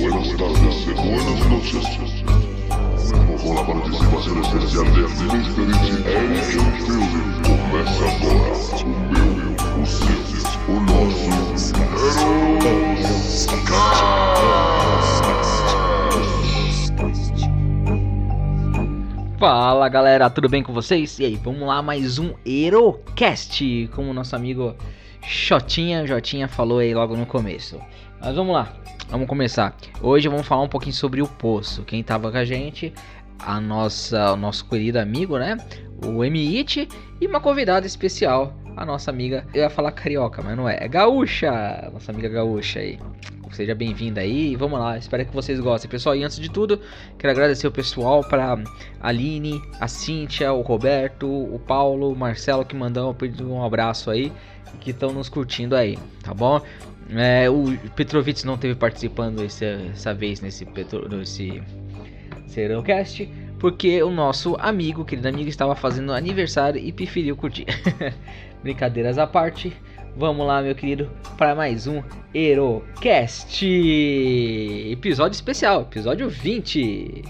buenas tardes y buenas noches. Con la participación especial de Mr. Action Film. Começa agora o nosso Fala galera, tudo bem com vocês? E aí, vamos lá, mais um Herocast, como o nosso amigo Jotinha falou aí logo no começo. Mas vamos lá, vamos começar. Hoje vamos falar um pouquinho sobre o Poço. Quem tava com a gente, o nosso querido amigo, né? O M.I.T. e uma convidada especial, a nossa amiga, eu ia falar carioca, mas não é gaúcha, nossa amiga gaúcha aí. Seja bem-vinda aí, vamos lá, espero que vocês gostem, pessoal. E antes de tudo, quero agradecer o pessoal, para a Aline, a Cíntia, o Roberto, o Paulo, o Marcelo, que mandam um abraço aí, que estão nos curtindo aí, tá bom? O Petrovitz não esteve participando essa vez nesse Serãocast, porque o nosso querido amigo, estava fazendo aniversário e preferiu curtir. Brincadeiras à parte, vamos lá, meu querido, para mais um Herocast, episódio especial, episódio 20.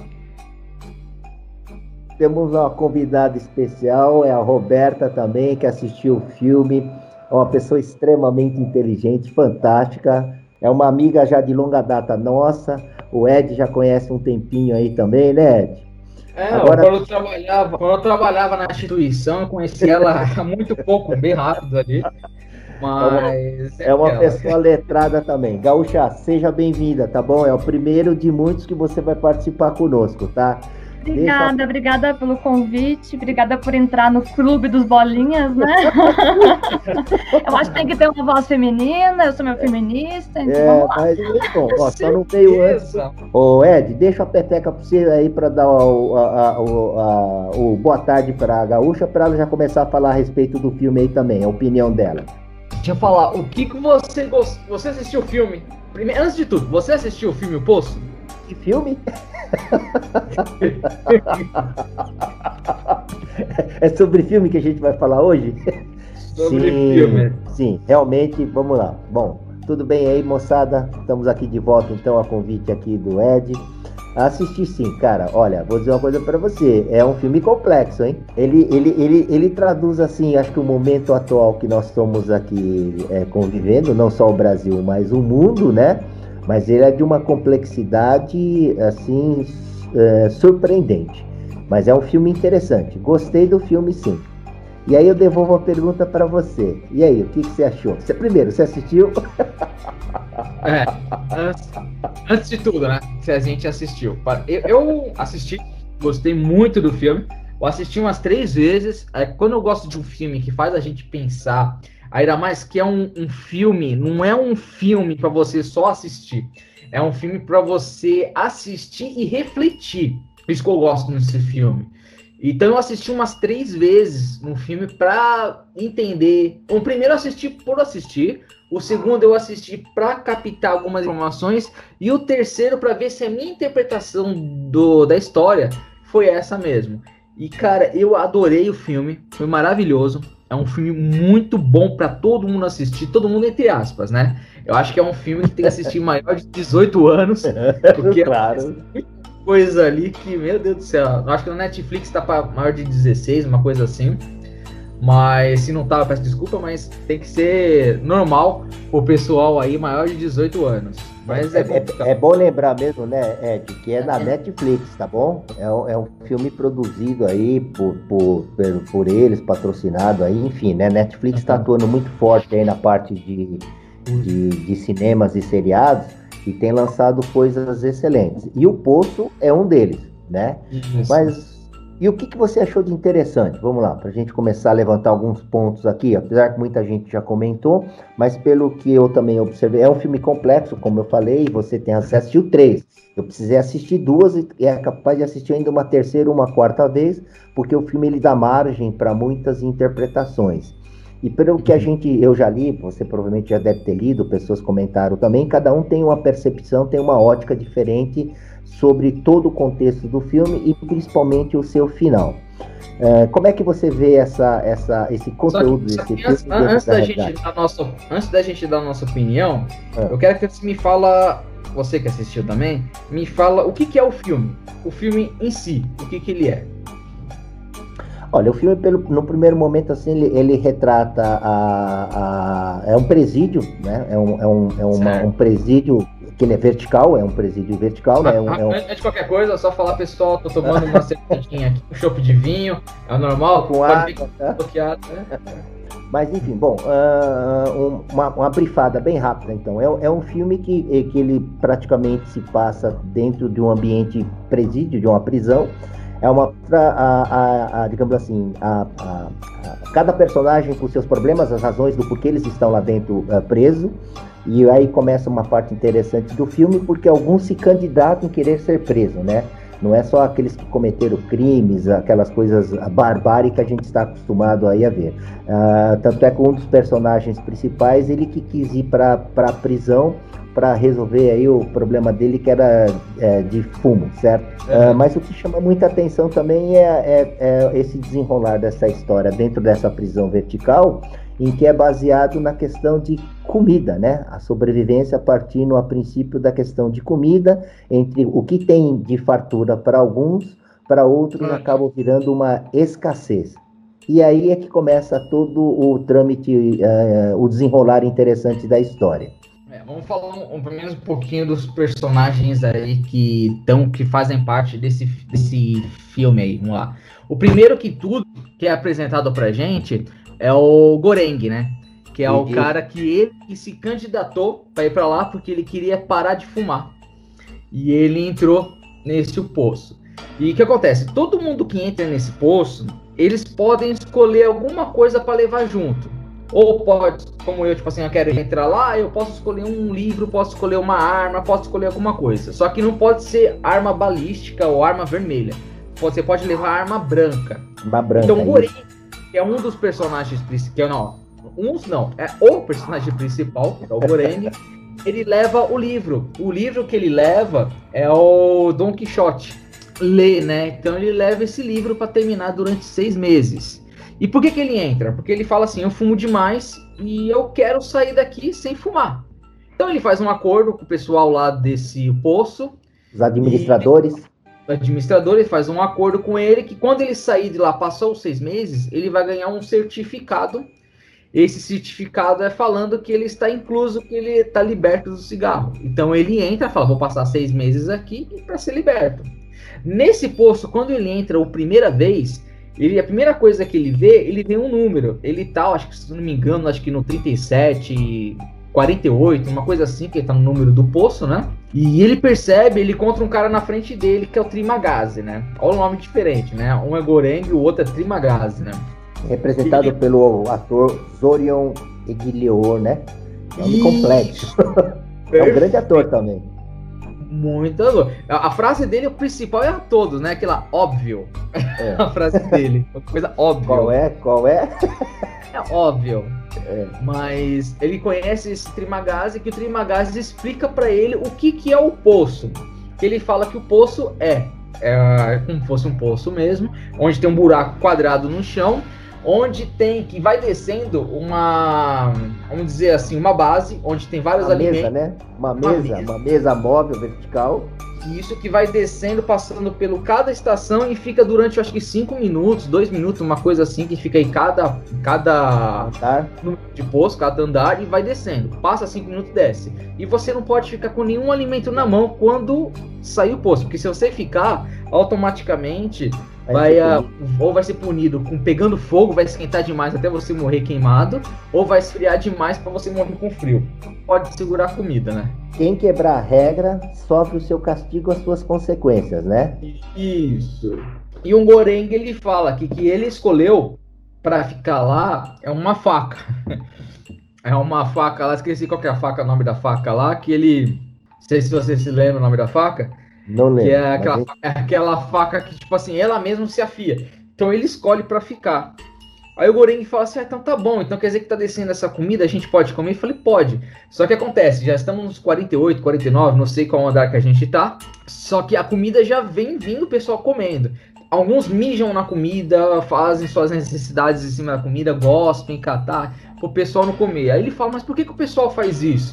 Temos uma convidada especial, é a Roberta também, que assistiu o filme. É uma pessoa extremamente inteligente, fantástica. É uma amiga já de longa data nossa. O Ed já conhece um tempinho aí também, né, Ed? Agora... quando eu trabalhava na instituição, eu conheci ela há muito pouco, bem rápido ali. Mas é uma pessoa letrada também. Gaúcha, seja bem-vinda, tá bom? É o primeiro de muitos que você vai participar conosco, tá? Obrigada pelo convite, obrigada por entrar no clube dos bolinhas, né? Eu acho que tem que ter uma voz feminina, eu sou meio feminista, então vamos lá. Mas bom, só não veio antes. Ô Ed, deixa a peteca pra você aí pra dar o boa tarde pra Gaúcha, pra ela já começar a falar a respeito do filme aí também, a opinião dela. Deixa eu falar, o que você gostou? Você assistiu o filme? Primeiro, antes de tudo, você assistiu o filme O Poço? Que filme? É sobre filme que a gente vai falar hoje? Sobre filme. Sim, realmente, vamos lá. Bom, tudo bem aí, moçada? Estamos aqui de volta, então, a convite aqui do Ed. Assisti sim, cara. Olha, vou dizer uma coisa pra você. É um filme complexo, hein? Ele traduz, assim, acho que o momento atual que nós estamos aqui convivendo, não só o Brasil, mas o mundo, né? Mas ele é de uma complexidade, assim, surpreendente. Mas é um filme interessante. Gostei do filme, sim. E aí eu devolvo a pergunta para você. E aí, o que você achou? Primeiro, você assistiu? Antes de tudo, né? Se a gente assistiu. Eu assisti, gostei muito do filme. Eu assisti umas 3 vezes. Quando eu gosto de um filme que faz a gente pensar... Ainda mais que é um filme, não é um filme para você só assistir. É um filme para você assistir e refletir. Isso que eu gosto nesse filme. Então eu assisti umas 3 vezes no filme para entender. O primeiro eu assisti por assistir. O segundo eu assisti para captar algumas informações. E o terceiro para ver se a minha interpretação da história foi essa mesmo. E cara, eu adorei o filme. Foi maravilhoso. É um filme muito bom pra todo mundo assistir, todo mundo entre aspas, né? Eu acho que é um filme que tem que assistir maior de 18 anos, porque claro. É muita coisa ali que, meu Deus do céu, eu acho que na Netflix tá pra maior de 16, uma coisa assim. Mas se não tá, eu peço desculpa, mas tem que ser normal o pessoal aí maior de 18 anos. Mas é bom lembrar mesmo, né, Ed, que é na Netflix, tá bom? É um filme produzido aí por eles, patrocinado aí, enfim, né? Netflix tá atuando muito forte aí na parte de cinemas e seriados e tem lançado coisas excelentes. E o Poço é um deles, né? Isso. Mas... E o que você achou de interessante? Vamos lá, para a gente começar a levantar alguns pontos aqui, apesar que muita gente já comentou, mas pelo que eu também observei, é um filme complexo, como eu falei, você tem acesso, assistiu 3. Eu precisei assistir 2 e é capaz de assistir ainda uma terceira ou uma 4ª vez, porque o filme ele dá margem para muitas interpretações. E pelo que eu já li, você provavelmente já deve ter lido, pessoas comentaram também, cada um tem uma percepção, tem uma ótica diferente sobre todo o contexto do filme e principalmente o seu final. Como é que você vê esse conteúdo desse filme? Antes da gente dar a nossa opinião, eu quero que você me fala você que assistiu também, me fala o que é o filme. O filme em si, o que ele é. Olha, o filme, no primeiro momento, assim, ele retrata é um presídio, né? É um presídio que ele é vertical, é um presídio vertical, né? Antes de qualquer coisa, só falar, pessoal, tô tomando uma cervejinha aqui, um chopp de vinho, é normal, com água, tá? Bloqueado, né? Mas, enfim, bom, uma brifada bem rápida, então. É um filme que ele praticamente se passa dentro de um ambiente presídio, de uma prisão. Digamos assim, cada personagem com seus problemas, as razões do porquê eles estão lá dentro preso. E aí começa uma parte interessante do filme, porque alguns se candidatam em querer ser preso, né? Não é só aqueles que cometeram crimes, aquelas coisas barbáricas que a gente está acostumado aí a ver. Tanto é que um dos personagens principais, ele que quis ir para a prisão para resolver aí o problema dele, que era de fumo, certo? Mas o que chama muita atenção também é esse desenrolar dessa história dentro dessa prisão vertical, em que é baseado na questão de comida, né? A sobrevivência partindo a princípio da questão de comida, entre o que tem de fartura para alguns, para outros acaba virando uma escassez. E aí é que começa todo o trâmite, o desenrolar interessante da história. Vamos falar pelo menos um pouquinho dos personagens aí que fazem parte desse filme aí, vamos lá. O primeiro que é apresentado pra gente é o Goreng, né? Que é o cara que se candidatou para ir para lá porque ele queria parar de fumar. E ele entrou nesse poço. E o que acontece? Todo mundo que entra nesse poço, eles podem escolher alguma coisa para levar junto. Ou pode, como eu, tipo assim, eu quero entrar lá, eu posso escolher um livro, posso escolher uma arma, posso escolher alguma coisa. Só que não pode ser arma balística ou arma vermelha. Você pode levar arma branca. Uma branca. Então o Goreng, que é um dos personagens principais, é o personagem principal, que é o Goreng, ele leva o livro. O livro que ele leva é o Don Quixote. Lê, né? Então ele leva esse livro para terminar durante 6 meses. E por que ele entra? Porque ele fala assim, eu fumo demais e eu quero sair daqui sem fumar. Então ele faz um acordo com o pessoal lá desse poço. Os administradores. O administrador faz um acordo com ele que quando ele sair de lá, passou os 6 meses, ele vai ganhar um certificado. Esse certificado é falando que ele está incluso, que ele está liberto do cigarro. Então ele entra e fala, vou passar 6 meses aqui para ser liberto. Nesse poço, quando ele entra a primeira vez, a primeira coisa que ele vê um número. Ele tá, acho que se não me engano, acho que no 37, 48, uma coisa assim, que ele tá no número do poço, né? E ele percebe, ele encontra um cara na frente dele, que é o Trimagazi, né? Olha o nome diferente, né? Um é Goreng e o outro é Trimagazi, né? Representado pelo ator Zorion Eguilior, né? Nome complexo. É um grande ator também. Muito. A frase dele, o principal é a todos, né? Aquela óbvio. A frase dele. Uma coisa óbvia. Qual é? É óbvio. Mas ele conhece esse Trimagazi, que o Trimagazi explica pra ele o que é o poço. Que ele fala que o poço é como se fosse um poço mesmo, onde tem um buraco quadrado no chão, onde que vai descendo vamos dizer assim, uma base, onde tem vários alimentos. Mesa, né? Uma mesa móvel, vertical. Isso, que vai descendo, passando pelo cada estação e fica durante, eu acho que 5 minutos, 2 minutos, uma coisa assim, que fica em cada número de poço, cada andar, e vai descendo. Passa 5 minutos, desce. E você não pode ficar com nenhum alimento na mão quando sair o poço, porque se você ficar, automaticamente ou vai ser punido com pegando fogo, vai esquentar demais até você morrer queimado, ou vai esfriar demais para você morrer com frio. Pode segurar a comida, né? Quem quebrar a regra sofre o seu castigo, as suas consequências, né? Isso. E um Goreng, ele fala que ele escolheu para ficar lá é uma faca. É uma faca lá, esqueci qual que é a faca, o nome da faca lá, que ele... Não sei se você se lembra o nome da faca. Não lembro. Que é aquela faca que, tipo assim, ela mesma se afia. Então ele escolhe para ficar. Aí o Goreng fala assim, então tá bom, então quer dizer que tá descendo essa comida, a gente pode comer? Eu falei, pode. Só que acontece, já estamos nos 48, 49, não sei qual andar que a gente tá, só que a comida já vem vindo o pessoal comendo. Alguns mijam na comida, fazem suas necessidades em cima da comida, gostam em catar, pro pessoal não comer. Aí ele fala, mas por que o pessoal faz isso?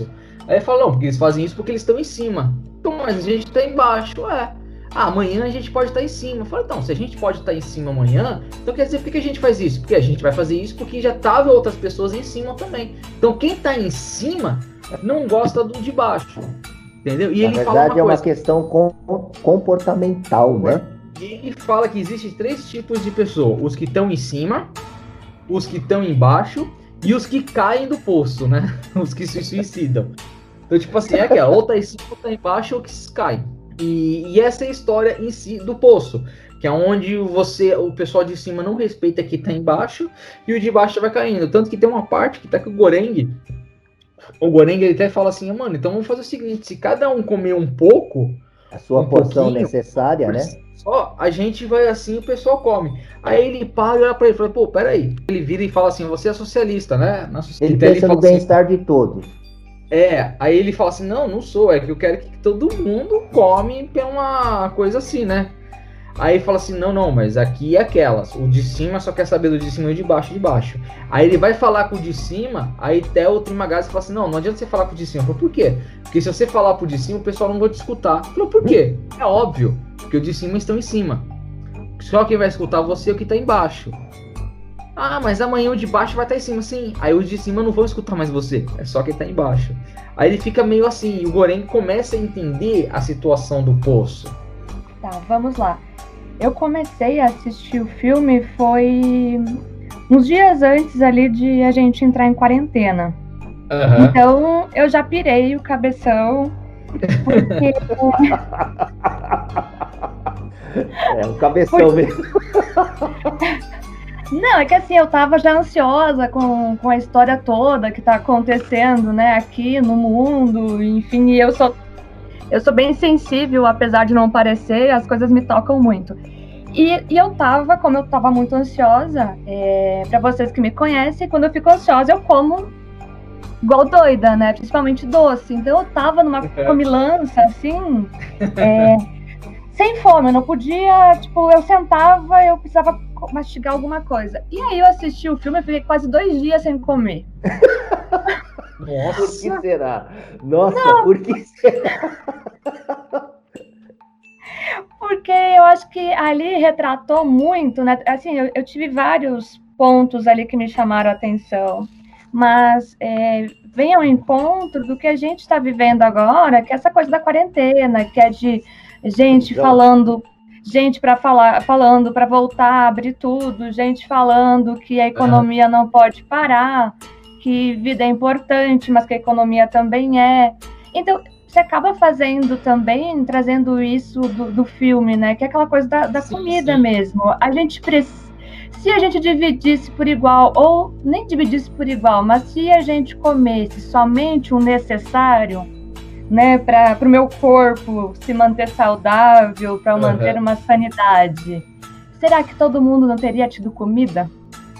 Aí ele fala, não, porque eles fazem isso porque eles estão em cima. Então, mas a gente tá embaixo, amanhã a gente pode estar em cima. Eu falo, então, se a gente pode estar em cima amanhã, então quer dizer, por que a gente faz isso? Porque a gente vai fazer isso porque já estavam outras pessoas em cima também. Então, quem tá em cima não gosta do de baixo. Entendeu? E Na ele verdade, fala uma é uma coisa, questão comportamental, né? e ele fala que existem 3 tipos de pessoa: os que estão em cima, os que estão embaixo e os que caem do poço, né? Os que se suicidam. Então, tipo assim, ou tá em cima, ou tá embaixo, ou que se cai. E essa é a história em si do poço, que é onde o pessoal de cima não respeita quem tá embaixo e o de baixo vai caindo. Tanto que tem uma parte que tá com o Goreng ele até fala assim, mano, então vamos fazer o seguinte, se cada um comer um pouco, A sua porção necessária, né? só a gente vai assim, o pessoal come. Aí ele para e olha pra ele e fala, pô, peraí. Ele vira e fala assim, você é socialista, né? Ele Então pensa no fala assim, bem-estar de todos. aí ele fala assim, não sou, é que eu quero que todo mundo come pra uma coisa assim, né? Aí fala assim, não, mas aqui é aquelas. O de cima só quer saber do de cima e de baixo. Aí ele vai falar com o de cima, aí até o Trimagazzi fala assim, não adianta você falar com o de cima. Eu falo, por quê? Porque se você falar pro de cima, o pessoal não vai te escutar. Eu falo, por quê? É óbvio, porque os de cima estão em cima. Só quem vai escutar você é o que tá embaixo. Mas amanhã o de baixo vai estar em cima, sim. Aí os de cima não vão escutar mais você, é só quem tá embaixo. Aí ele fica meio assim, e o Goreng começa a entender a situação do poço. Tá, vamos lá. Eu comecei a assistir o filme foi uns dias antes ali de a gente entrar em quarentena. Uhum. Então eu já pirei o cabeção, porque É um cabeção mesmo. não, é que assim, eu tava já ansiosa com a história toda que tá acontecendo, né, aqui no mundo, enfim, e eu sou bem sensível, apesar de não parecer, as coisas me tocam muito. E como eu tava muito ansiosa, pra vocês que me conhecem, quando eu fico ansiosa, eu como igual doida, né, principalmente doce. Então eu tava numa comilança, assim, sem fome, eu não podia, tipo, eu sentava, eu precisava mastigar alguma coisa. E aí eu assisti o filme e fiquei quase 2 dias sem comer. Nossa, por que será? Nossa, por que será? Porque eu acho que ali retratou muito, né? Assim, eu tive vários pontos ali que me chamaram a atenção, mas vem ao encontro do que a gente está vivendo agora, que é essa coisa da quarentena, que é de gente falando, gente falando para voltar a abrir tudo, gente falando que a economia não pode parar, que vida é importante, mas que a economia também é. Então, você acaba fazendo também, trazendo isso do filme, né? Que é aquela coisa da comida mesmo. Se a gente dividisse por igual, ou nem dividisse por igual, mas se a gente comesse somente o necessário, né? Para o meu corpo se manter saudável, para eu manter uma sanidade, será que todo mundo não teria tido comida?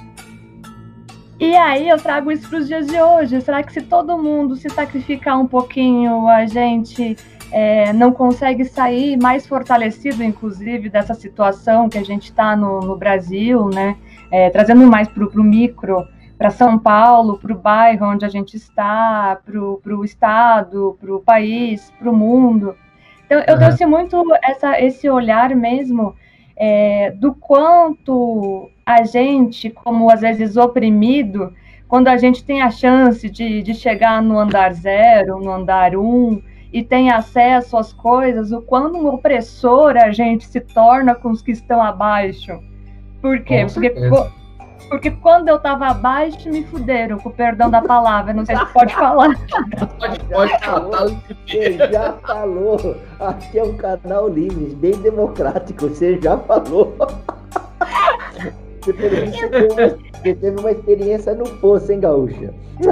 E aí eu trago isso para os dias de hoje. Será que se todo mundo se sacrificar um pouquinho, a gente não consegue sair mais fortalecido, inclusive, dessa situação que a gente está no Brasil, né? Trazendo mais para o micro, para São Paulo, para o bairro onde a gente está, para o estado, para o país, para o mundo. Então eu trouxe muito esse olhar mesmo do quanto a gente, como às vezes oprimido, quando a gente tem a chance de chegar no andar 0, no andar 1, e tem acesso às coisas, o quanto um opressor a gente se torna com os que estão abaixo. Por quê? Porque quando eu estava abaixo, me fuderam, com o perdão da palavra. Não sei se pode falar. Pode Você já falou. Aqui é um canal livre, bem democrático. Você já falou. Você teve uma experiência no poço, hein, Gaúcha?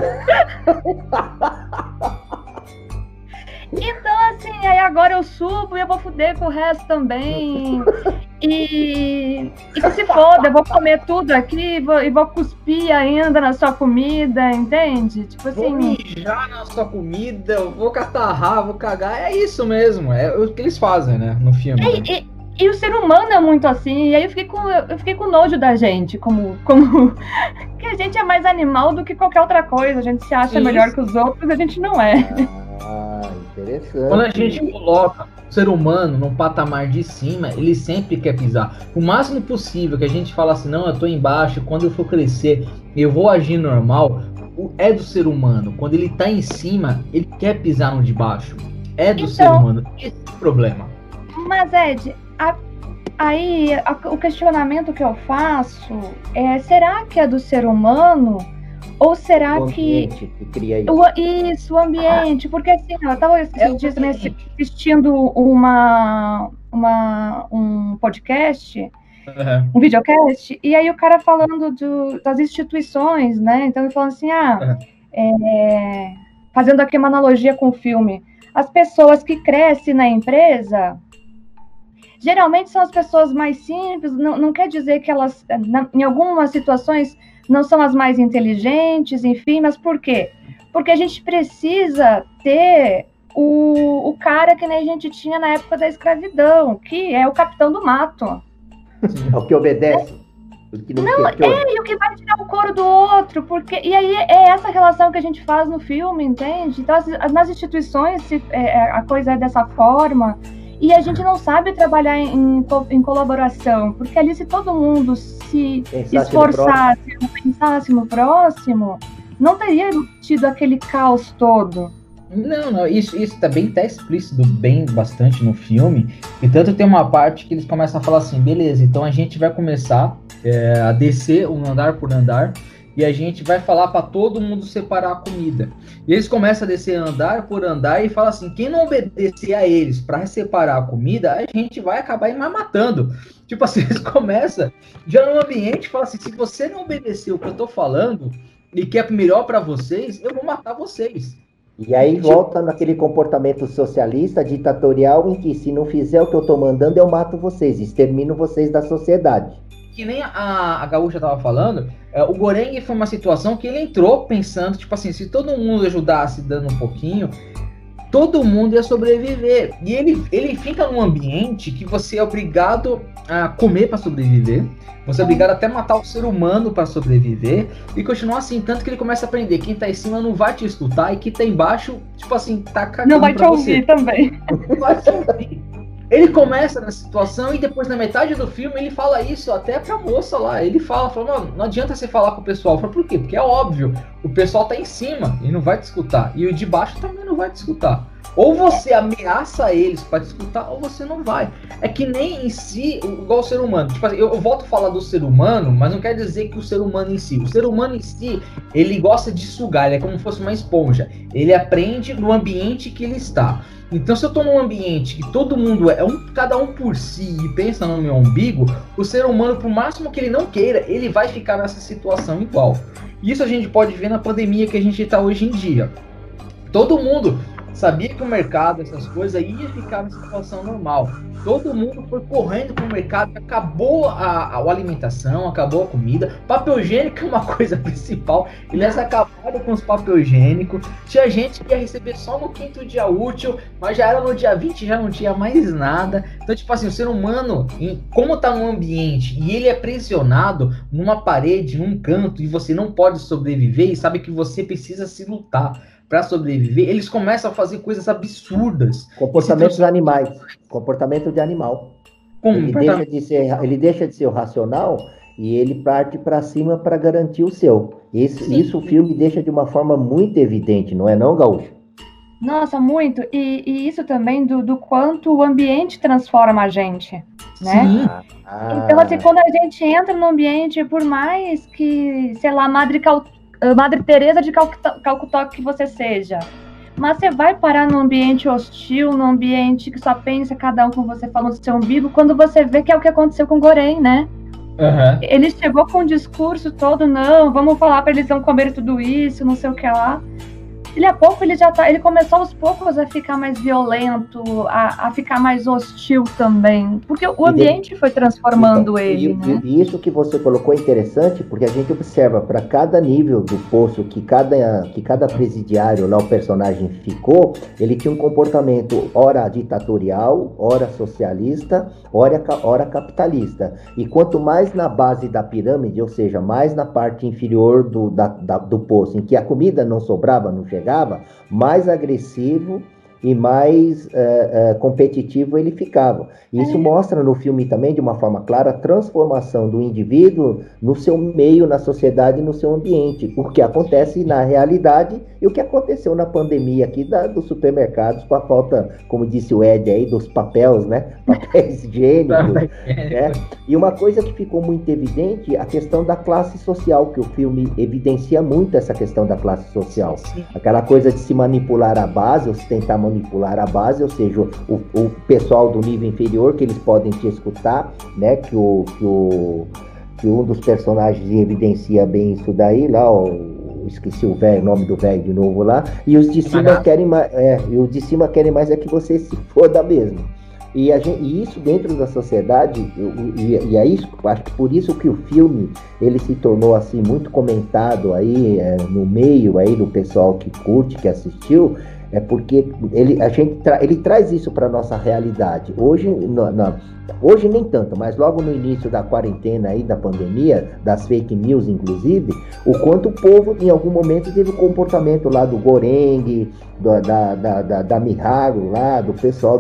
Então, assim, aí agora eu subo e eu vou fuder com o resto também. E que se foda, eu vou comer tudo aqui e vou cuspir ainda na sua comida, entende? Tipo assim. Vou mijar na sua comida, eu vou catarrar, vou cagar. É isso mesmo, é o que eles fazem, né, no filme. E o ser humano é muito assim, e aí eu fiquei com nojo da gente, como que a gente é mais animal do que qualquer outra coisa, a gente se acha melhor que os outros, a gente não é. Interessante. Quando a gente coloca o ser humano num patamar de cima, ele sempre quer pisar. O máximo possível que a gente fala assim, não, eu tô embaixo, quando eu for crescer, eu vou agir normal, é do ser humano. Quando ele tá em cima, ele quer pisar no de baixo. É do ser humano. Esse é o problema. Mas, Ed, o questionamento que eu faço é, será que é do ser humano? Ou será O ambiente que cria isso. o ambiente, porque assim, eu estava esses dias também assistindo um podcast, um videocast, e aí o cara falando das instituições, né? Então ele falando assim, fazendo aqui uma analogia com o filme, as pessoas que crescem na empresa geralmente são as pessoas mais simples, não quer dizer que elas, em algumas situações, não são as mais inteligentes, enfim, mas por quê? Porque a gente precisa ter o cara que nem a gente tinha na época da escravidão, que é o capitão do mato. É o que obedece. O que não e o que vai tirar o couro do outro, porque e aí é essa relação que a gente faz no filme, entende? Então, nas instituições a coisa é dessa forma, e a gente não sabe trabalhar em colaboração, porque ali se todo mundo se esforçasse, pensasse no próximo, não teria tido aquele caos todo. Não, isso tá bem até explícito, bem bastante no filme, e tanto tem uma parte que eles começam a falar assim, beleza, então a gente vai começar a descer um andar por andar, e a gente vai falar para todo mundo separar a comida. E eles começam a descer andar por andar e falam assim, quem não obedecer a eles para separar a comida, a gente vai acabar matando. Tipo assim, eles começam já no ambiente e falam assim, se você não obedecer o que eu tô falando e que é melhor para vocês, eu vou matar vocês. E aí volta naquele comportamento socialista, ditatorial, em que se não fizer o que eu tô mandando, eu mato vocês, extermino vocês da sociedade. Que nem a Gaúcha tava falando, o Goreng foi uma situação que ele entrou pensando, tipo assim, se todo mundo ajudasse dando um pouquinho, todo mundo ia sobreviver. E ele fica num ambiente que você é obrigado a comer para sobreviver, você é obrigado até matar o ser humano para sobreviver, e continuar assim, tanto que ele começa a aprender, quem tá em cima não vai te escutar, e quem tá embaixo, tipo assim, tá cagando não vai te ouvir você. Também. Não vai te ouvir. Ele começa nessa situação e depois na metade do filme ele fala isso até pra moça lá. Ele fala, não adianta você falar com o pessoal. Fala, por quê? Porque é óbvio, o pessoal tá em cima e não vai te escutar. E o de baixo também não vai te escutar. Ou você ameaça eles pra te escutar, ou você não vai. É que nem em si, igual o ser humano. Tipo assim, eu volto a falar do ser humano, mas não quer dizer que o ser humano em si. O ser humano em si, ele gosta de sugar, ele é como se fosse uma esponja. Ele aprende no ambiente que ele está. Então, se eu tô num ambiente que todo mundo cada um por si e pensa no meu umbigo, o ser humano, por máximo que ele não queira, ele vai ficar nessa situação igual. Isso a gente pode ver na pandemia que a gente tá hoje em dia. Todo mundo sabia que o mercado, essas coisas, ia ficar na situação normal. Todo mundo foi correndo pro mercado, acabou a alimentação, acabou a comida. Papel higiênico é uma coisa principal. Eles acabaram com os papel higiênico. Tinha gente que ia receber só no 5º dia útil, mas já era no dia 20, já não tinha mais nada. Então, tipo assim, o ser humano, como tá num ambiente e ele é pressionado numa parede, num canto, e você não pode sobreviver, e sabe que você precisa se lutar para sobreviver, eles começam a fazer coisas absurdas. Comportamentos animais. Comportamento de animal. Ele deixa de ser o racional e ele parte para cima para garantir o seu. Isso o filme deixa de uma forma muito evidente, não é não, Gaúcho? Nossa, muito. E isso também do quanto o ambiente transforma a gente, né? Sim. Então, assim, quando a gente entra no ambiente, por mais que, sei lá, Madre Teresa de Calcutá que você seja, mas você vai parar num ambiente hostil, num ambiente que só pensa cada um, como você falou, do seu umbigo, quando você vê que é o que aconteceu com o Goreng, né? Uhum. Ele chegou com um discurso todo, não, vamos falar para eles não comerem tudo isso, não sei o que lá. Ele começou aos poucos a ficar mais violento, a ficar mais hostil também, porque o ambiente foi transformando ele, né? E isso que você colocou é interessante, porque a gente observa para cada nível do poço que cada presidiário lá, o personagem ficou, ele tinha um comportamento ora ditatorial, ora socialista, ora capitalista. E quanto mais na base da pirâmide, ou seja, mais na parte inferior do poço, em que a comida não sobrava, não chegava, mais agressivo e mais competitivo ele ficava. Isso mostra no filme também, de uma forma clara, a transformação do indivíduo no seu meio, na sociedade, no seu ambiente. O que acontece na realidade e o que aconteceu na pandemia aqui dos supermercados, com a falta, como disse o Ed aí, dos papéis, né? Papéis higiênicos, né? E uma coisa que ficou muito evidente, a questão da classe social, que o filme evidencia muito essa questão da classe social. Aquela coisa de se manipular a base, ou se tentar manipular a base, ou seja, o pessoal do nível inferior, que eles podem te escutar, né? Que um dos personagens evidencia bem isso daí, lá, esqueci o nome do velho de novo lá, e os de cima querem mais, é que você se foda mesmo. E isso dentro da sociedade, e é isso, acho que por isso que o filme ele se tornou assim muito comentado aí no meio aí do pessoal que curte, que assistiu, é porque ele traz isso para nossa realidade. Hoje nem tanto, mas logo no início da quarentena aí, da pandemia, das fake news inclusive, o quanto o povo em algum momento teve o comportamento lá do Goreng, da Miharu lá, do pessoal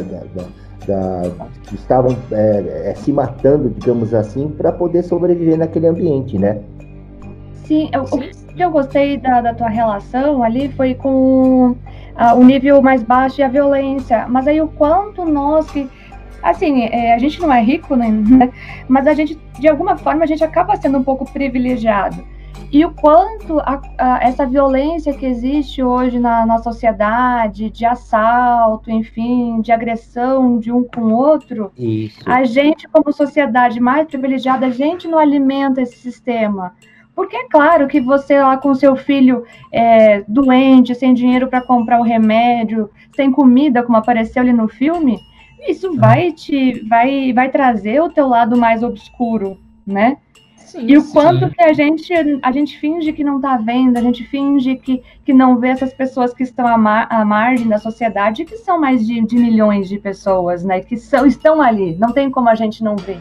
que estavam se matando, digamos assim, para poder sobreviver naquele ambiente, né? Sim, o que eu gostei da tua relação ali foi com o nível mais baixo e a violência, mas aí o quanto nós que, assim, a gente não é rico, né? Mas a gente, de alguma forma, a gente acaba sendo um pouco privilegiado. E o quanto essa violência que existe hoje na sociedade, de assalto, enfim, de agressão de um com o outro, isso. A gente, como sociedade mais privilegiada, a gente não alimenta esse sistema. Porque é claro que você lá com seu filho doente, sem dinheiro para comprar o remédio, sem comida, como apareceu ali no filme, isso vai trazer o teu lado mais obscuro, né? Sim, e o quanto que a gente finge que não está vendo, a gente finge que não vê essas pessoas que estão à margem da sociedade, que são mais de milhões de pessoas, né? Que estão ali, não tem como a gente não ver.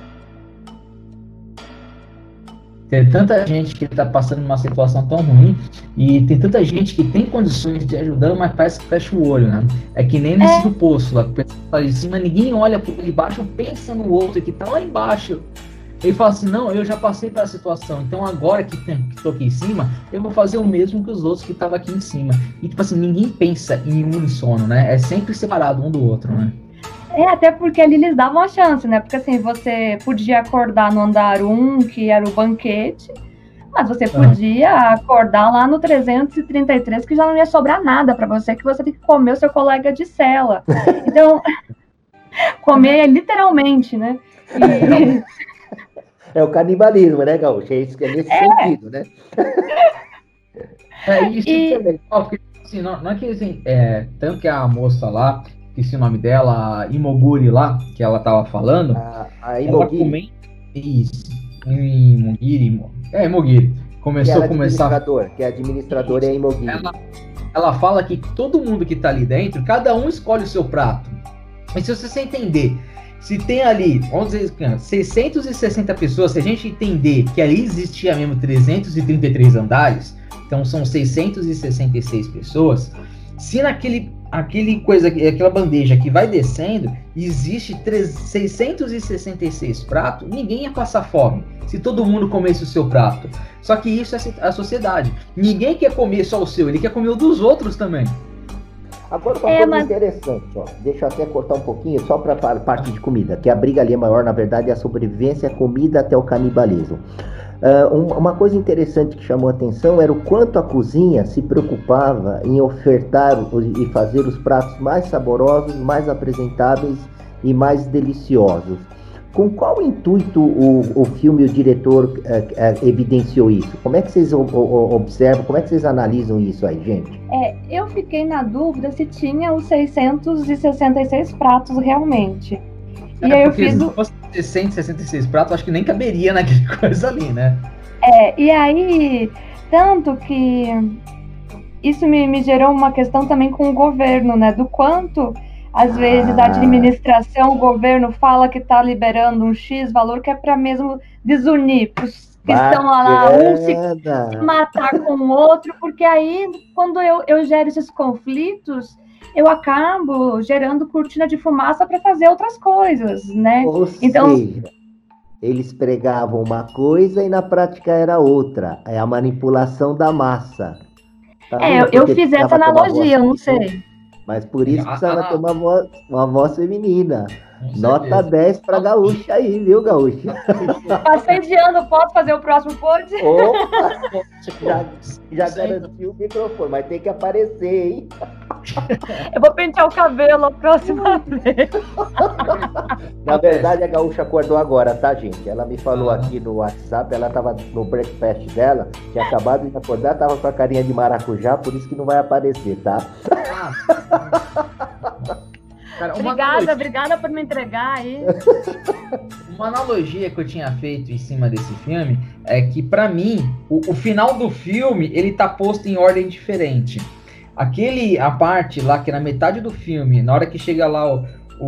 Tem tanta gente que está passando uma situação tão ruim e tem tanta gente que tem condições de ajudar, mas parece que fecha o olho, né? É que nem nesse do poço lá, que tá de cima, ninguém olha por baixo, pensa no outro que tá lá embaixo. Ele fala assim, não, eu já passei pela situação, então agora que tô aqui em cima, eu vou fazer o mesmo que os outros que estavam aqui em cima. E tipo assim, ninguém pensa em uníssono, né? É sempre separado um do outro, né? Até porque ali eles davam a chance, né? Porque assim, você podia acordar no andar 1, que era o banquete, mas você podia acordar lá no 333, que já não ia sobrar nada para você, que você tem que comer o seu colega de cela. Então, comer literalmente, né? É o canibalismo, né, Gaúcho? É isso que é nesse sentido, né? Isso também. Porque, assim, não é que assim, tanto que a moça lá, esqueci o nome dela, a Imoguri lá, que ela tava falando. A Imogiri. Isso. Imogiri. Começou a começar. Que é administrador é a Imogiri. Ela fala que todo mundo que tá ali dentro, cada um escolhe o seu prato. Mas se você entender, se tem ali, vamos dizer, 660 pessoas, se a gente entender que ali existia mesmo 333 andares, então são 666 pessoas, se aquela bandeja que vai descendo, existe 666 pratos, ninguém ia passar fome, se todo mundo comesse o seu prato. Só que isso é a sociedade. Ninguém quer comer só o seu, ele quer comer o dos outros também. Agora uma coisa interessante, ó, deixa eu até cortar um pouquinho, só para a parte de comida, que a briga ali maior, na verdade, é a sobrevivência, a comida até o canibalismo. Uma coisa interessante que chamou a atenção era o quanto a cozinha se preocupava em ofertar e fazer os pratos mais saborosos, mais apresentáveis e mais deliciosos. Com qual intuito o filme e o diretor evidenciou isso? Como é que vocês observam, como é que vocês analisam isso aí, gente? Eu fiquei na dúvida se tinha os 666 pratos realmente. E aí eu fiz se fosse 666 pratos, acho que nem caberia naquela coisa ali, né? E aí, tanto que isso me gerou uma questão também com o governo, né? Do quanto, às vezes, a administração, o governo fala que está liberando um X valor que é para mesmo desunir, para os que estão lá, um se matar com o outro, porque aí, quando eu gero esses conflitos, eu acabo gerando cortina de fumaça para fazer outras coisas, né? Ou Então, seja, eles pregavam uma coisa e na prática era outra. É a manipulação da massa. Tá vendo? eu Porque fiz essa precisava tomar voz analogia, eu não feminina, sei. mas por isso precisava tomar uma voz feminina. Com Nota certeza. 10 para Gaúcha aí, viu, Gaúcha? Passei de ano, posso fazer o próximo pod? Opa, já Isso aí. garantiu o microfone, mas tem que aparecer, hein? Eu vou pentear o cabelo a próxima vez. Na verdade, a Gaúcha acordou agora, tá, gente? Ela me falou aqui no WhatsApp, ela tava no breakfast dela, tinha acabado de acordar, tava com a carinha de maracujá, por isso que não vai aparecer, tá? Cara, uma Obrigada por me entregar aí. Uma analogia que eu tinha feito em cima desse filme é que, pra mim, o final do filme, ele tá posto em ordem diferente. A parte lá, que na metade do filme, na hora que chega lá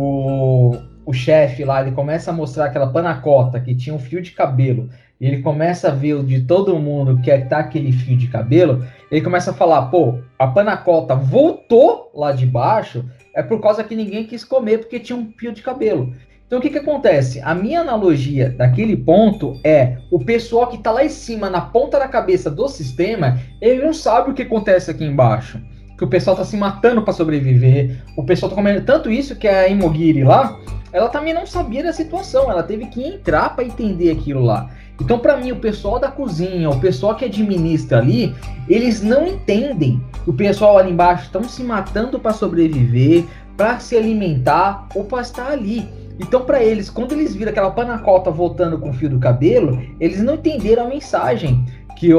o chefe lá, ele começa a mostrar aquela panacota que tinha um fio de cabelo, e ele começa a ver o de todo mundo que tá aquele fio de cabelo, ele começa a falar, pô, a panacota voltou lá de baixo, é por causa que ninguém quis comer porque tinha um fio de cabelo. Então o que acontece? A minha analogia daquele ponto é o pessoal que tá lá em cima, na ponta da cabeça do sistema, ele não sabe o que acontece aqui embaixo. Que o pessoal tá se matando para sobreviver, o pessoal tá comendo tanto isso que a Imogiri lá, ela também não sabia da situação, ela teve que entrar para entender aquilo lá. Então, para mim, o pessoal da cozinha, o pessoal que administra ali, eles não entendem que o pessoal ali embaixo estão se matando para sobreviver, para se alimentar ou para estar ali. Então, para eles, quando eles viram aquela panacota voltando com o fio do cabelo, eles não entenderam a mensagem que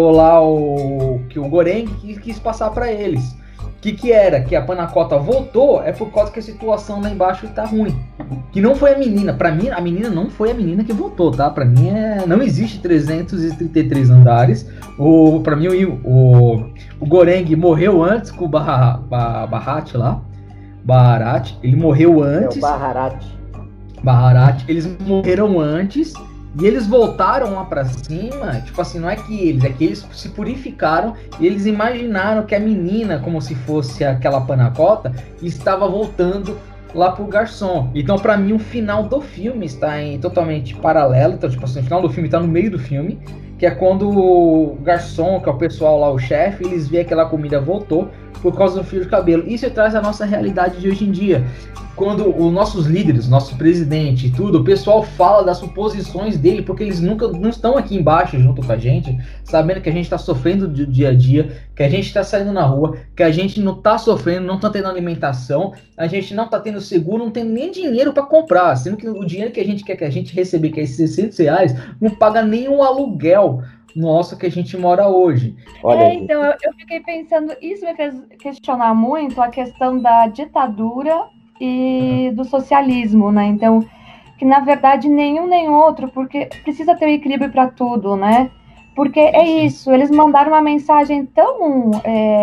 o Goreng quis passar para eles. Que era? Que a panacota voltou é por causa que a situação lá embaixo tá ruim. Que não foi a menina. Pra mim, a menina não foi a menina que voltou, tá? Pra mim, não existe 333 andares. Pra mim, o Goreng morreu antes com o Baharat lá. Baharat. Ele morreu antes. É o Baharat. Baharat. Eles morreram antes. E eles voltaram lá pra cima, tipo assim, não é que eles, é que eles se purificaram e eles imaginaram que a menina, como se fosse aquela panacota, estava voltando lá pro garçom. Então, pra mim, o final do filme está totalmente paralelo, então, tipo assim, o final do filme está no meio do filme, que é quando o garçom, que é o pessoal lá, o chefe, eles veem que aquela comida voltou por causa do fio de cabelo. Isso traz a nossa realidade de hoje em dia. Quando os nossos líderes, nosso presidente e tudo, o pessoal fala das suposições dele, porque eles nunca não estão aqui embaixo junto com a gente, sabendo que a gente está sofrendo do dia a dia, que a gente está saindo na rua, que a gente não está sofrendo, não está tendo alimentação, a gente não está tendo seguro, não tem nem dinheiro para comprar, sendo que o dinheiro que a gente quer que a gente receber, que é esses R$600, não paga nem o aluguel nosso que a gente mora hoje. Olha, então eu fiquei pensando, isso me fez questionar muito a questão da ditadura e do socialismo, né? Então, que na verdade nenhum nem outro, porque precisa ter um equilíbrio para tudo, né? Porque é isso, eles mandaram uma mensagem tão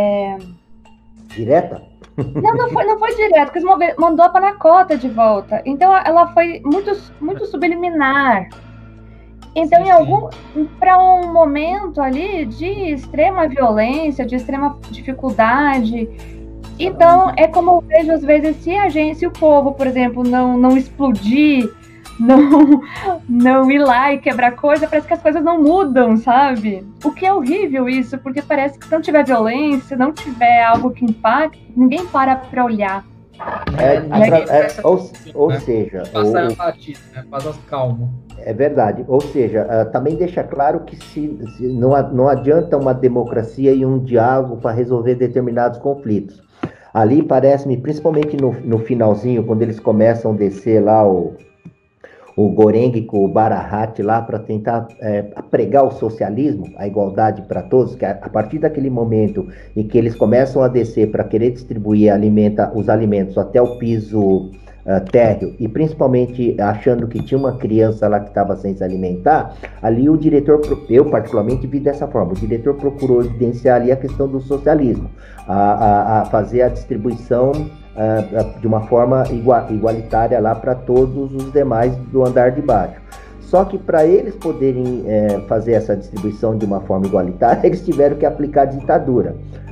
direta? Não foi direto, porque eles mandou a panacota de volta. Então ela foi muito subliminar. Então, para um momento ali de extrema violência, de extrema dificuldade. Então, é como eu vejo às vezes, se o povo, por exemplo, não explodir, não ir lá e quebrar coisa, parece que as coisas não mudam, sabe? O que é horrível isso, porque parece que se não tiver violência, não tiver algo que impacte, ninguém para olhar. Ou seja... Passar a partida, né? Passar calmo. É verdade. Ou seja, também deixa claro que não adianta uma democracia e um diálogo para resolver determinados conflitos. Ali parece-me, principalmente no finalzinho, quando eles começam a descer lá o Goreng com o Baharat lá para tentar pregar o socialismo, a igualdade para todos, que a partir daquele momento em que eles começam a descer para querer distribuir os alimentos até o piso térreo, e principalmente achando que tinha uma criança lá que estava sem se alimentar, ali o diretor, eu particularmente vi dessa forma, o diretor procurou evidenciar ali a questão do socialismo, a fazer a distribuição de uma forma igualitária lá para todos os demais do andar de baixo. Só que para eles poderem fazer essa distribuição de uma forma igualitária, eles tiveram que aplicar ditadura.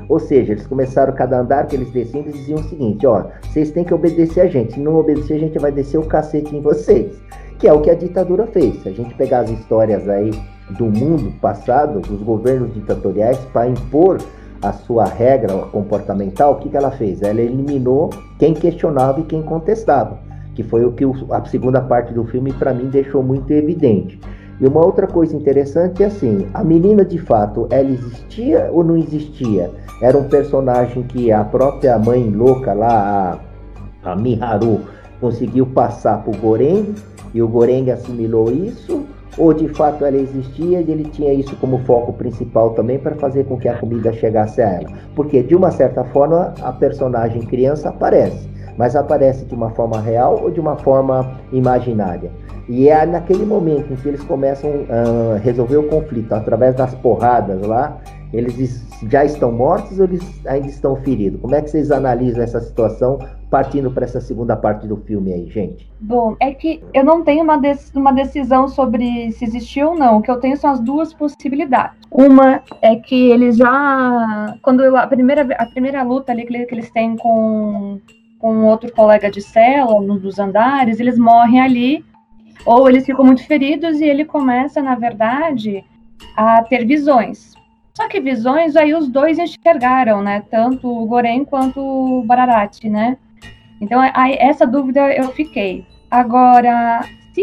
Ou seja, eles começaram cada andar que eles desciam, eles diziam o seguinte, ó, vocês têm que obedecer a gente, se não obedecer a gente vai descer o cacete em vocês, que é o que a ditadura fez. Se a gente pegar as histórias aí do mundo passado, dos governos ditatoriais, para impor a sua regra comportamental, o que ela fez? Ela eliminou quem questionava e quem contestava, que foi o que a segunda parte do filme, para mim, deixou muito evidente. E uma outra coisa interessante é assim, a menina, de fato, ela existia ou não existia? Era um personagem que a própria mãe louca lá, a Miharu, conseguiu passar para o Goreng, e o Goreng assimilou isso, ou de fato ela existia e ele tinha isso como foco principal também para fazer com que a comida chegasse a ela? Porque, de uma certa forma, a personagem criança aparece, mas aparece de uma forma real ou de uma forma imaginária? E é naquele momento em que eles começam a resolver o conflito através das porradas lá, eles já estão mortos ou eles ainda estão feridos? Como é que vocês analisam essa situação partindo para essa segunda parte do filme aí, gente? Bom, é que eu não tenho uma decisão sobre se existiu ou não. O que eu tenho são as duas possibilidades. Uma é que eles já... Quando a primeira luta ali que eles têm com outro colega de cela, num dos andares, eles morrem ali, ou eles ficam muito feridos e ele começa, na verdade, a ter visões. Só que visões aí os dois enxergaram, né? Tanto o Goreng quanto o Bararat, né? Então, aí, essa dúvida eu fiquei. Agora,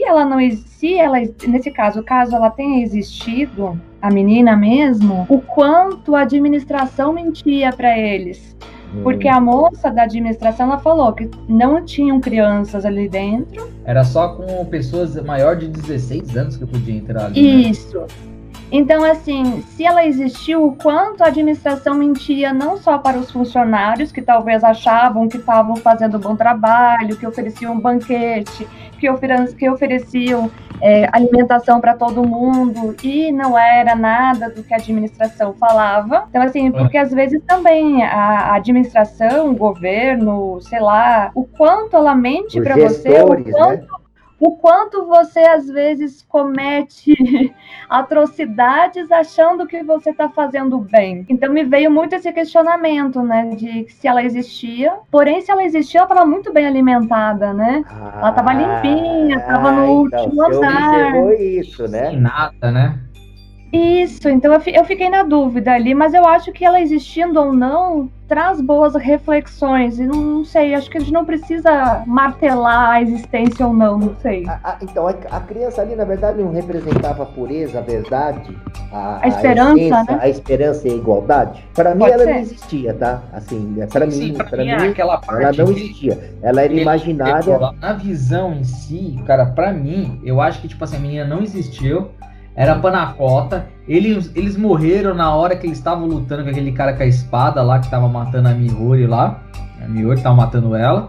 nesse caso ela tenha existido, a menina mesmo, o quanto a administração mentia para eles. Porque a moça da administração, ela falou que não tinham crianças ali dentro. Era só com pessoas maior de 16 anos que podia entrar ali. Isso. Né? Então, assim, se ela existiu, o quanto a administração mentia não só para os funcionários, que talvez achavam que estavam fazendo um bom trabalho, que ofereciam um banquete, que ofereciam alimentação para todo mundo, e não era nada do que a administração falava. Então, assim, porque às vezes também a administração, o governo, sei lá, o quanto ela mente para você, o quanto você, às vezes, comete atrocidades achando que você está fazendo bem. Então, me veio muito esse questionamento, né, de se ela existia. Porém, se ela existia, ela estava muito bem alimentada, né? Ela estava limpinha, estava no último andar. Isso, né? Sem nada, né? Isso, então eu fiquei na dúvida ali, mas eu acho que ela existindo ou não traz boas reflexões, e não sei, acho que a gente não precisa martelar a existência ou não sei. Então, a criança ali, na verdade, não representava a pureza, a verdade, a esperança, essência, né? A esperança e a igualdade. Para mim, ela não existia, tá? Assim, para mim, aquela parte ela não existia. Ela era imaginária. Na visão em si, cara, para mim, eu acho que, tipo assim, a menina não existiu. Era panacota, eles morreram na hora que eles estavam lutando com aquele cara com a espada lá, que tava matando a Mihori lá, a Mihori tava matando ela,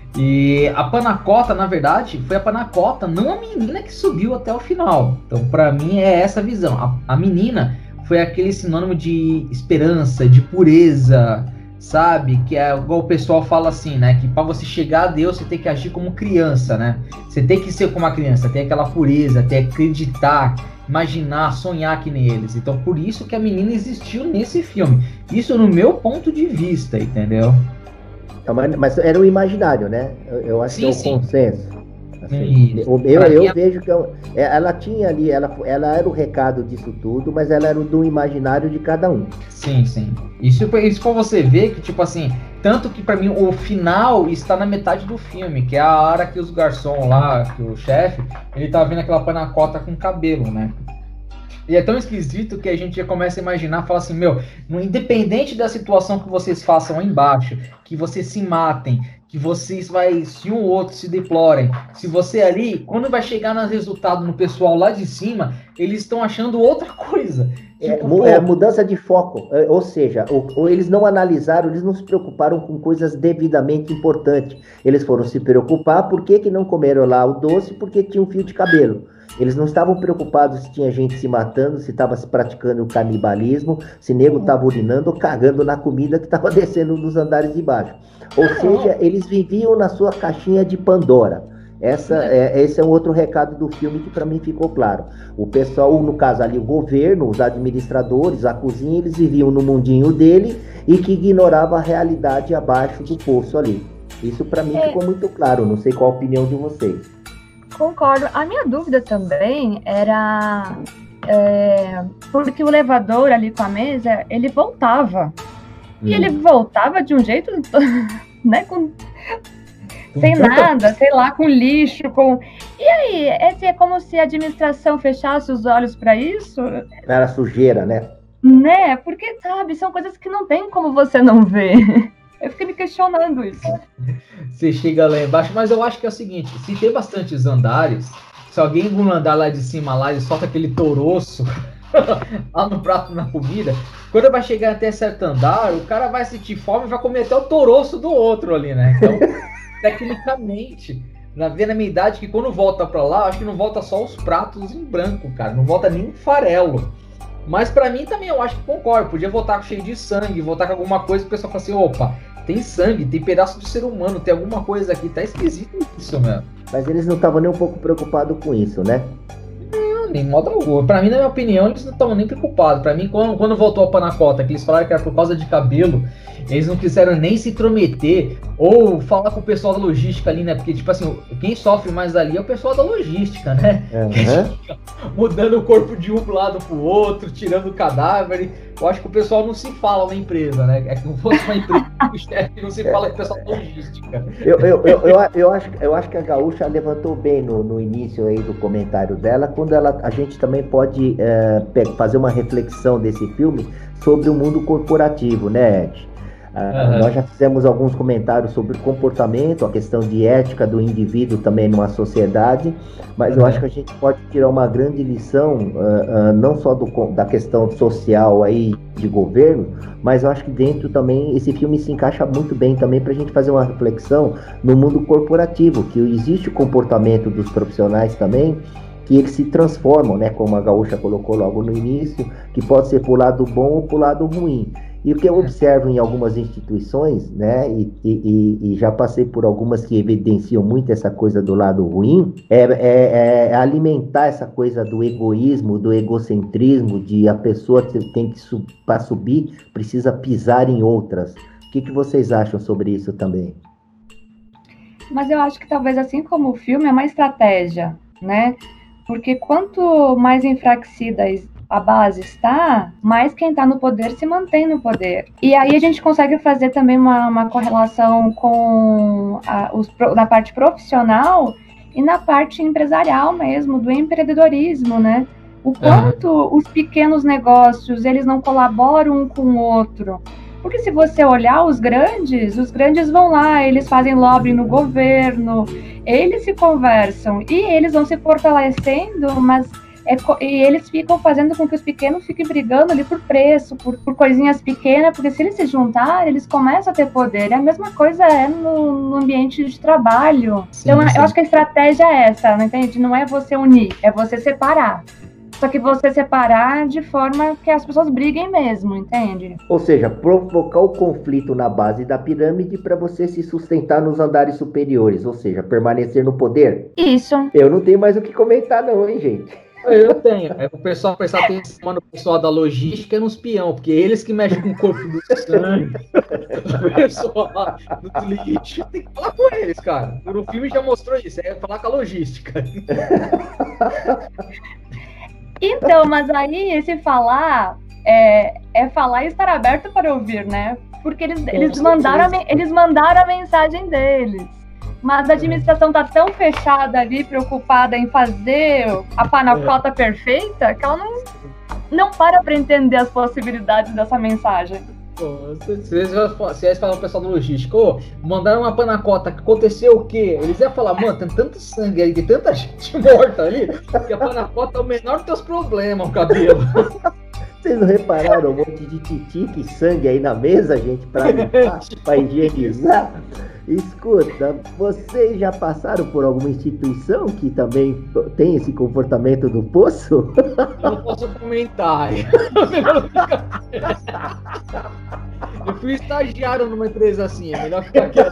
e a panacota, na verdade, foi a panacota, não a menina que subiu até o final. Então, pra mim, é essa visão. A menina foi aquele sinônimo de esperança, de pureza, sabe? Que é igual o pessoal fala assim, né? Que para você chegar a Deus, você tem que agir como criança, né? Você tem que ser como a criança, ter aquela pureza, ter acreditar, imaginar, sonhar que nem eles. Então, por isso que a menina existiu nesse filme. Isso no meu ponto de vista, entendeu? Mas era o imaginário, né? Eu acho que é o consenso. Assim, eu vejo que ela tinha ali, ela era o recado disso tudo, mas ela era do imaginário de cada um. Sim, sim. Isso pra você ver que, tipo assim, tanto que pra mim o final está na metade do filme, que é a hora que os garçons lá, que o chefe, ele tá vendo aquela panacota com cabelo, né? E é tão esquisito que a gente já começa a imaginar, fala assim, independente da situação que vocês façam aí embaixo, que vocês se matem, que vocês se um ou outro se deplorem, se você ali, quando vai chegar no resultado no pessoal lá de cima, eles estão achando outra coisa. É mudança de foco, ou seja, ou eles não analisaram, eles não se preocuparam com coisas devidamente importantes. Eles foram se preocupar, por que não comeram lá o doce, porque tinha um fio de cabelo. Eles não estavam preocupados se tinha gente se matando, se estava se praticando o canibalismo, se nego estava urinando ou cagando na comida que estava descendo nos andares de baixo. Ou seja, eles viviam na sua caixinha de Pandora. Esse é um outro recado do filme que para mim ficou claro. O pessoal, no caso ali, o governo, os administradores, a cozinha, eles viviam no mundinho dele e que ignorava a realidade abaixo do poço ali. Isso para mim ficou muito claro. Não sei qual a opinião de vocês. Concordo. A minha dúvida também era porque o elevador ali com a mesa, ele voltava. E ele voltava de um jeito, né, sem nada, sei lá, com lixo, E aí, é como se a administração fechasse os olhos para isso? Era sujeira, né? Né, porque, sabe, são coisas que não tem como você não ver. Eu fiquei me questionando isso. Você chega lá embaixo, mas eu acho que é o seguinte, se tem bastantes andares, se alguém no andar lá de cima lá e solta aquele toroço lá no prato, na comida, quando vai chegar até certo andar, o cara vai sentir fome e vai comer até o toroço do outro ali, né? Então, tecnicamente, na minha idade, que quando volta pra lá, acho que não volta só os pratos em branco, cara, não volta nem um farelo. Mas pra mim também, eu acho que concordo, podia voltar cheio de sangue, voltar com alguma coisa que o pessoal fala assim, opa, tem sangue, tem pedaço de ser humano, tem alguma coisa aqui, tá esquisito isso mesmo. Mas eles não estavam nem um pouco preocupados com isso, né? Não, nem modo algum. Pra mim, na minha opinião, eles não estavam nem preocupados. Pra mim, quando voltou a panacota, que eles falaram que era por causa de cabelo, eles não quiseram nem se intrometer ou falar com o pessoal da logística ali, né? Porque, tipo assim, quem sofre mais ali é o pessoal da logística, né? Mudando o corpo de um lado pro outro, tirando o cadáver. Eu acho que o pessoal não se fala na empresa, né? É que não fosse uma empresa, o chefe não se fala com o pessoal da logística. Eu acho que a Gaúcha levantou bem no início aí do comentário dela, quando a gente também pode fazer uma reflexão desse filme sobre o mundo corporativo, né, Ed? Nós já fizemos alguns comentários sobre o comportamento, a questão de ética do indivíduo também numa sociedade, mas eu acho que a gente pode tirar uma grande lição, não só da questão social aí de governo, mas eu acho que dentro também esse filme se encaixa muito bem também para a gente fazer uma reflexão no mundo corporativo, que existe o comportamento dos profissionais também, que eles se transformam, né, como a Gaúcha colocou logo no início, que pode ser para o lado bom ou para o lado ruim. E o que eu observo em algumas instituições, né, e já passei por algumas que evidenciam muito essa coisa do lado ruim, é alimentar essa coisa do egoísmo, do egocentrismo, de a pessoa tem que, para subir, precisa pisar em outras. O que vocês acham sobre isso também? Mas eu acho que talvez, assim como o filme, é uma estratégia, né? Porque quanto mais enfraquecida a base está, mais quem está no poder se mantém no poder. E aí a gente consegue fazer também uma correlação com na parte profissional e na parte empresarial mesmo, do empreendedorismo, né? O quanto os pequenos negócios, eles não colaboram um com o outro. Porque se você olhar os grandes vão lá, eles fazem lobby no governo, eles se conversam e eles vão se fortalecendo, mas e eles ficam fazendo com que os pequenos fiquem brigando ali por preço, por coisinhas pequenas, porque se eles se juntarem, eles começam a ter poder. E a mesma coisa é no ambiente de trabalho. Sim, então, eu acho que a estratégia é essa, não entende? Não é você unir, é você separar. Só que você separar de forma que as pessoas briguem mesmo, entende? Ou seja, provocar o conflito na base da pirâmide para você se sustentar nos andares superiores, ou seja, permanecer no poder. Isso. Eu não tenho mais o que comentar não, hein, gente? Eu tenho. O pessoal prestar atenção no pessoal da logística e nos peão, porque eles que mexem com o corpo do sangue, o pessoal do lixo, tem que falar com eles, cara. No filme já mostrou isso, é falar com a logística. Então, mas aí esse falar é falar e estar aberto para ouvir, né? Porque eles mandaram a mensagem deles. Mas a administração tá tão fechada ali, preocupada em fazer a panacota perfeita, que ela não para entender as possibilidades dessa mensagem. Se eles falam pro pessoal da logística, mandaram uma panacota, aconteceu o quê? Eles iam falar, mano, tem tanto sangue aí, tem tanta gente morta ali, que a panacota é o menor dos teus problemas, o cabelo. Vocês não repararam um monte de titique e sangue aí na mesa, gente, pra limpar, pra higienizar? Escuta, vocês já passaram por alguma instituição que também tem esse comportamento do poço? Eu não posso comentar. Eu fui estagiário numa empresa assim, é melhor ficar quieto.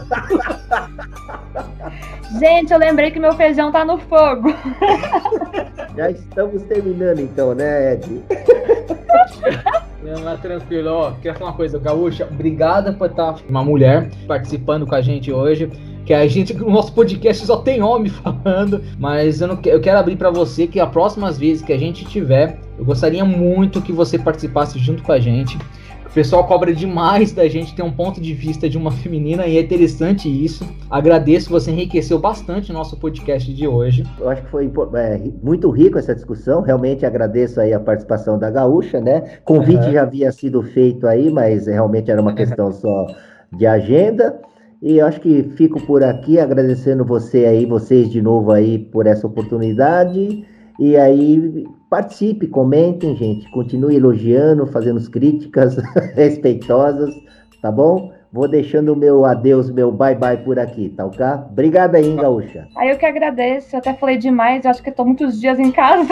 Gente, eu lembrei que meu feijão tá no fogo. Já estamos terminando então, né, Ed? Não, mas tranquilo, ó, quero falar uma coisa, Gaúcha, obrigada por estar uma mulher participando com a gente hoje, que a gente, no nosso podcast só tem homem falando, mas eu quero abrir para você que as próximas vezes que a gente tiver, eu gostaria muito que você participasse junto com a gente. O pessoal cobra demais da gente ter um ponto de vista de uma feminina e é interessante isso. Agradeço, você enriqueceu bastante o nosso podcast de hoje. Eu acho que foi muito rico essa discussão, realmente agradeço aí a participação da Gaúcha, né? Convite já havia sido feito aí, mas realmente era uma questão só de agenda. E eu acho que fico por aqui agradecendo vocês de novo aí por essa oportunidade. E aí, participe, comentem, gente. Continue elogiando, fazendo críticas respeitosas, tá bom? Vou deixando o meu adeus, meu bye-bye por aqui, tá ok? Obrigado aí, Gaúcha. Aí eu que agradeço, eu até falei demais, eu acho que eu tô muitos dias em casa.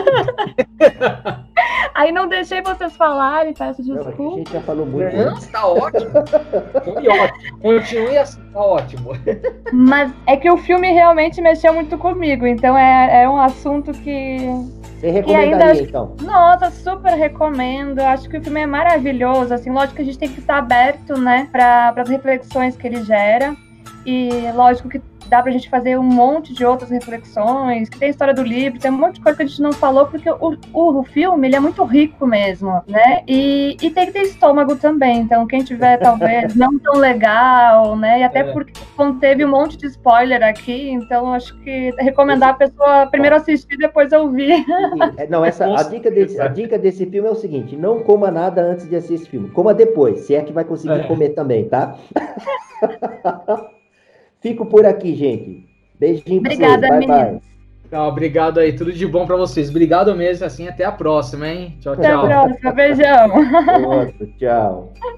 Aí não deixei vocês falarem, peço desculpa. Não, a gente já falou muito. Não, tá ótimo. Foi ótimo. Continue assim, tá ótimo. Mas é que o filme realmente mexeu muito comigo, então é um assunto que... Você recomendaria, então? Nossa, super recomendo. Acho que o filme é maravilhoso. Assim, lógico que a gente tem que estar aberto, né, para as reflexões que ele gera. E lógico que dá pra gente fazer um monte de outras reflexões, que tem a história do livro, tem um monte de coisa que a gente não falou, porque o filme, ele é muito rico mesmo, né? E tem que ter estômago também. Então, quem tiver, talvez, não tão legal, né? E até porque conteve um monte de spoiler aqui, então acho que recomendar a pessoa primeiro assistir e depois ouvir. Não, a dica desse filme é o seguinte: não coma nada antes de assistir esse filme. Coma depois, se é que vai conseguir comer também, tá? Fico por aqui, gente. Beijinho pra vocês. Bye, bye. Não, obrigado aí. Tudo de bom pra vocês. Obrigado mesmo. Assim, até a próxima, hein? Tchau, tchau. Até a próxima. Beijão. Outro, tchau.